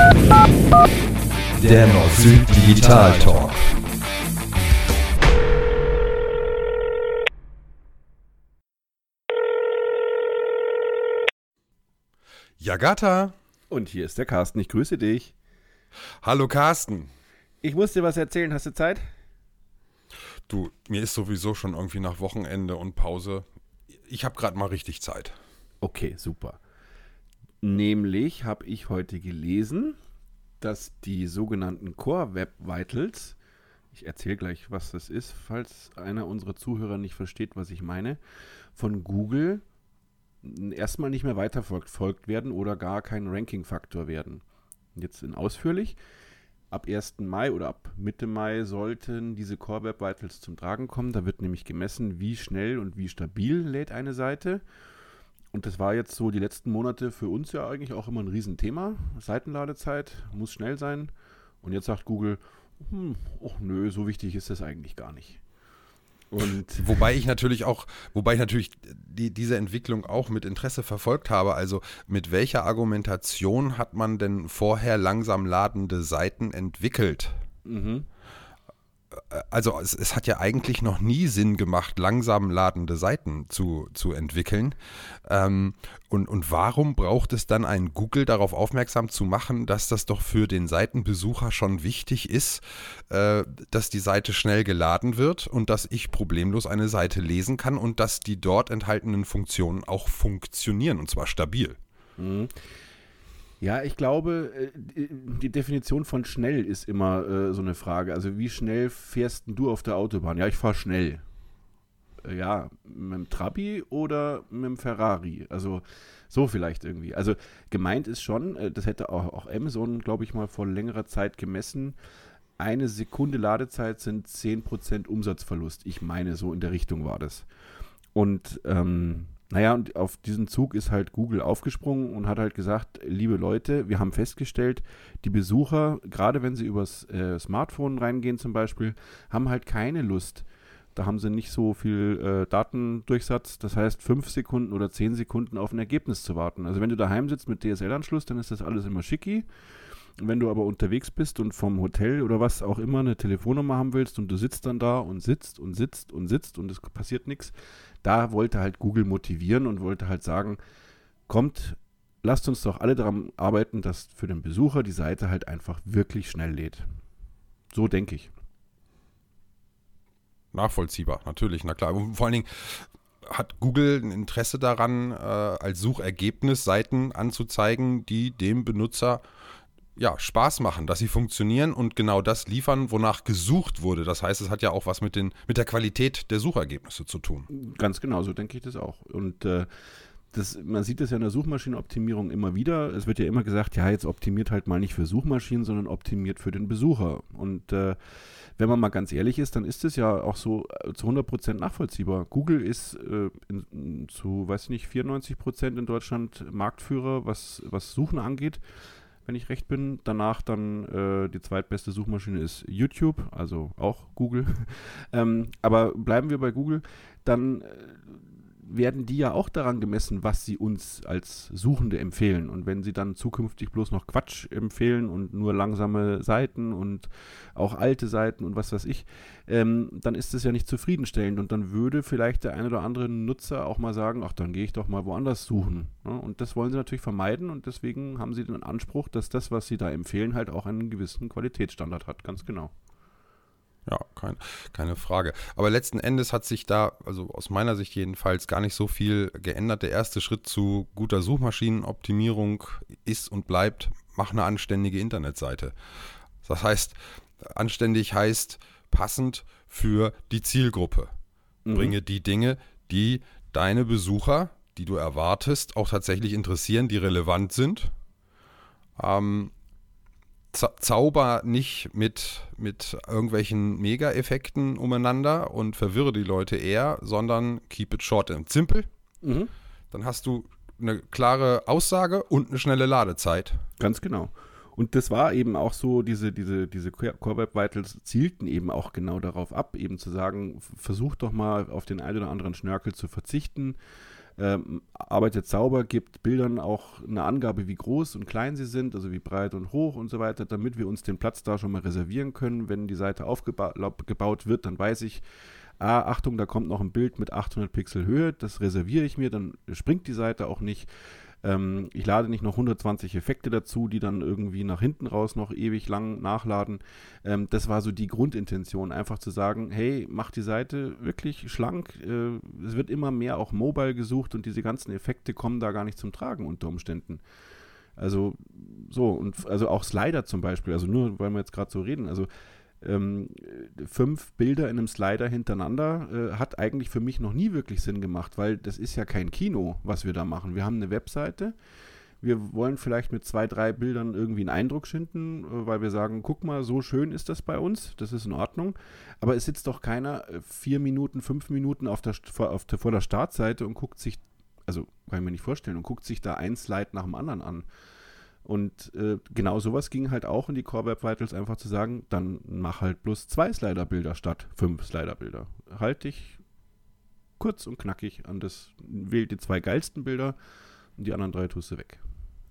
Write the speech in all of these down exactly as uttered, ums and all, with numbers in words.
Der Nord-Süd Digital Talk. Jagata. Und hier ist der Carsten, ich grüße dich. Hallo Carsten. Ich muss dir was erzählen, hast du Zeit? Du, mir ist sowieso schon irgendwie nach Wochenende und Pause. Ich habe gerade mal richtig Zeit. Okay, super. Nämlich habe ich heute gelesen, dass die sogenannten Core Web Vitals, ich erzähle gleich, was das ist, falls einer unserer Zuhörer nicht versteht, was ich meine, von Google erstmal nicht mehr weiterverfolgt werden oder gar kein Ranking-Faktor werden. Jetzt in ausführlich. Ab ersten Mai oder ab Mitte Mai sollten diese Core Web Vitals zum Tragen kommen. Da wird nämlich gemessen, wie schnell und wie stabil lädt eine Seite. Und das war jetzt so die letzten Monate für uns ja eigentlich auch immer ein Riesenthema. Seitenladezeit muss schnell sein. Und jetzt sagt Google, hm, oh nö, so wichtig ist das eigentlich gar nicht. Und wobei ich natürlich auch, wobei ich natürlich die, diese Entwicklung auch mit Interesse verfolgt habe. Also mit welcher Argumentation hat man denn vorher langsam ladende Seiten entwickelt? Mhm. Also es, es hat ja eigentlich noch nie Sinn gemacht, langsam ladende Seiten zu, zu entwickeln. Ähm, und, und warum braucht es dann einen Google darauf aufmerksam zu machen, dass das doch für den Seitenbesucher schon wichtig ist, äh, dass die Seite schnell geladen wird und dass ich problemlos eine Seite lesen kann und dass die dort enthaltenen Funktionen auch funktionieren und zwar stabil. Mhm. Ja, ich glaube, die Definition von schnell ist immer äh, so eine Frage. Also wie schnell fährst denn du auf der Autobahn? Ja, ich fahre schnell. Äh, ja, mit dem Trabi oder mit dem Ferrari? Also so vielleicht irgendwie. Also gemeint ist schon, äh, das hätte auch, auch Amazon, glaube ich, mal vor längerer Zeit gemessen, eine Sekunde Ladezeit sind zehn Prozent Umsatzverlust. Ich meine, so in der Richtung war das. Und ähm, Naja, und auf diesen Zug ist halt Google aufgesprungen und hat halt gesagt, liebe Leute, wir haben festgestellt, die Besucher, gerade wenn sie übers äh, Smartphone reingehen zum Beispiel, haben halt keine Lust. Da haben sie nicht so viel äh, Datendurchsatz, das heißt fünf Sekunden oder zehn Sekunden auf ein Ergebnis zu warten. Also wenn du daheim sitzt mit D S L-Anschluss, dann ist das alles immer schicki. Wenn du aber unterwegs bist und vom Hotel oder was auch immer eine Telefonnummer haben willst und du sitzt dann da und sitzt und sitzt und sitzt und es passiert nichts, da wollte halt Google motivieren und wollte halt sagen, kommt, lasst uns doch alle daran arbeiten, dass für den Besucher die Seite halt einfach wirklich schnell lädt. So denke ich. Nachvollziehbar, natürlich, na klar. Und vor allen Dingen hat Google ein Interesse daran, äh, als Suchergebnis Seiten anzuzeigen, die dem Benutzer ja, Spaß machen, dass sie funktionieren und genau das liefern, wonach gesucht wurde. Das heißt, es hat ja auch was mit, den, mit der Qualität der Suchergebnisse zu tun. Ganz genau, so denke ich das auch. Und äh, das, man sieht das ja in der Suchmaschinenoptimierung immer wieder. Es wird ja immer gesagt, ja, jetzt optimiert halt mal nicht für Suchmaschinen, sondern optimiert für den Besucher. Und äh, wenn man mal ganz ehrlich ist, dann ist es ja auch so äh, zu hundert Prozent nachvollziehbar. Google ist äh, in, in, zu, weiß ich nicht, vierundneunzig Prozent in Deutschland Marktführer, was, was Suchen angeht. Wenn ich recht bin. Danach dann äh, die zweitbeste Suchmaschine ist YouTube, also auch Google. ähm, aber bleiben wir bei Google, dann äh, werden die ja auch daran gemessen, was sie uns als Suchende empfehlen. Und wenn sie dann zukünftig bloß noch Quatsch empfehlen und nur langsame Seiten und auch alte Seiten und was weiß ich, ähm, dann ist das ja nicht zufriedenstellend. Und dann würde vielleicht der ein oder andere Nutzer auch mal sagen, ach, dann gehe ich doch mal woanders suchen. Ja, und das wollen sie natürlich vermeiden und deswegen haben sie den Anspruch, dass das, was sie da empfehlen, halt auch einen gewissen Qualitätsstandard hat. Ganz genau. Ja, kein, keine Frage. Aber letzten Endes hat sich da, also aus meiner Sicht jedenfalls, gar nicht so viel geändert. Der erste Schritt zu guter Suchmaschinenoptimierung ist und bleibt, mach eine anständige Internetseite. Das heißt, anständig heißt passend für die Zielgruppe. Mhm. Bringe die Dinge, die deine Besucher, die du erwartest, auch tatsächlich interessieren, die relevant sind. Ähm, Zauber nicht mit, mit irgendwelchen Mega-Effekten umeinander und verwirre die Leute eher, sondern keep it short and simple. Mhm. Dann hast du eine klare Aussage und eine schnelle Ladezeit. Ganz genau. Und das war eben auch so, diese, diese, diese Core Web Vitals zielten eben auch genau darauf ab, eben zu sagen, versuch doch mal auf den einen oder anderen Schnörkel zu verzichten. ähm, arbeitet sauber, gibt Bildern auch eine Angabe, wie groß und klein sie sind, also wie breit und hoch und so weiter, damit wir uns den Platz da schon mal reservieren können. Wenn die Seite aufgebaut wird, dann weiß ich, ah, Achtung, da kommt noch ein Bild mit achthundert Pixel Höhe, das reserviere ich mir, dann springt die Seite auch nicht. Ähm, ich lade nicht noch hundertzwanzig Effekte dazu, die dann irgendwie nach hinten raus noch ewig lang nachladen. Ähm, das war so die Grundintention, einfach zu sagen, hey, mach die Seite wirklich schlank. Äh, es wird immer mehr auch mobile gesucht und diese ganzen Effekte kommen da gar nicht zum Tragen unter Umständen. Also so, und also auch Slider zum Beispiel, also nur, weil wir jetzt gerade so reden, also Ähm, fünf Bilder in einem Slider hintereinander äh, hat eigentlich für mich noch nie wirklich Sinn gemacht, weil das ist ja kein Kino, was wir da machen. Wir haben eine Webseite, wir wollen vielleicht mit zwei, drei Bildern irgendwie einen Eindruck schinden, äh, weil wir sagen, guck mal, so schön ist das bei uns, das ist in Ordnung, aber es sitzt doch keiner äh, vier Minuten, fünf Minuten auf der, vor, auf der, vor der Startseite und guckt sich, also kann ich mir nicht vorstellen, und guckt sich da ein Slide nach dem anderen an. Und äh, genau sowas ging halt auch in die Core Web Vitals, einfach zu sagen, dann mach halt bloß zwei Sliderbilder statt fünf Sliderbilder. Halt dich kurz und knackig an das, wähl die zwei geilsten Bilder und die anderen drei tust du weg.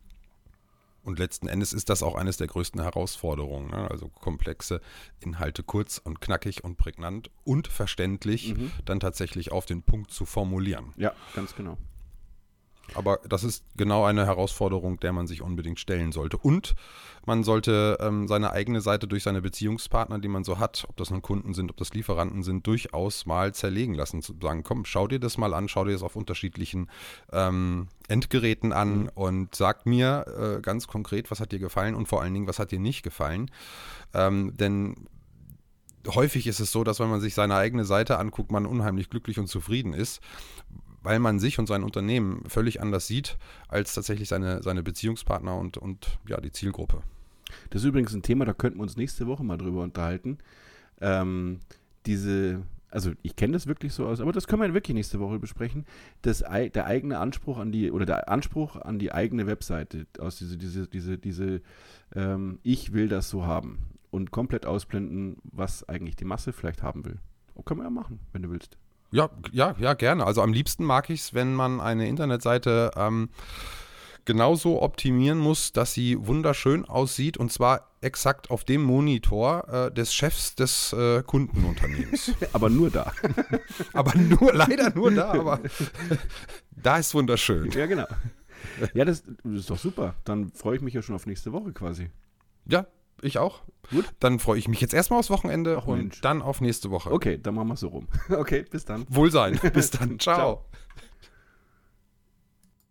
Und letzten Endes ist das auch eines der größten Herausforderungen, ne? Also komplexe Inhalte kurz und knackig und prägnant und verständlich mhm. dann tatsächlich auf den Punkt zu formulieren. Ja, ganz genau. Aber das ist genau eine Herausforderung, der man sich unbedingt stellen sollte. Und man sollte ähm, seine eigene Seite durch seine Beziehungspartner, die man so hat, ob das nun Kunden sind, ob das Lieferanten sind, durchaus mal zerlegen lassen. Zu sagen, komm, schau dir das mal an, schau dir das auf unterschiedlichen ähm, Endgeräten an mhm. und sag mir äh, ganz konkret, was hat dir gefallen und vor allen Dingen, was hat dir nicht gefallen. Ähm, denn häufig ist es so, dass wenn man sich seine eigene Seite anguckt, man unheimlich glücklich und zufrieden ist, weil man sich und sein Unternehmen völlig anders sieht als tatsächlich seine, seine Beziehungspartner und, und ja, die Zielgruppe. Das ist übrigens ein Thema, da könnten wir uns nächste Woche mal drüber unterhalten. Ähm, diese, also ich kenne das wirklich so aus, aber das können wir wirklich nächste Woche besprechen. Das, der eigene Anspruch an die, oder der Anspruch an die eigene Webseite, aus diese, diese, diese, diese ähm, ich will das so haben und komplett ausblenden, was eigentlich die Masse vielleicht haben will. Das können wir ja machen, wenn du willst. Ja, ja, ja, gerne. Also am liebsten mag ich es, wenn man eine Internetseite ähm, genauso optimieren muss, dass sie wunderschön aussieht und zwar exakt auf dem Monitor äh, des Chefs des äh, Kundenunternehmens. Aber nur da. aber nur, leider nur da, aber da ist wunderschön. Ja, genau. Ja, das, das ist doch super. Dann freue ich mich ja schon auf nächste Woche quasi. Ja, ich auch. Gut. Dann freue ich mich jetzt erstmal aufs Wochenende Ach, und Mensch. dann auf nächste Woche. Okay, dann machen wir es so rum. Okay, bis dann. Wohlsein. Bis dann. Ciao. Ciao.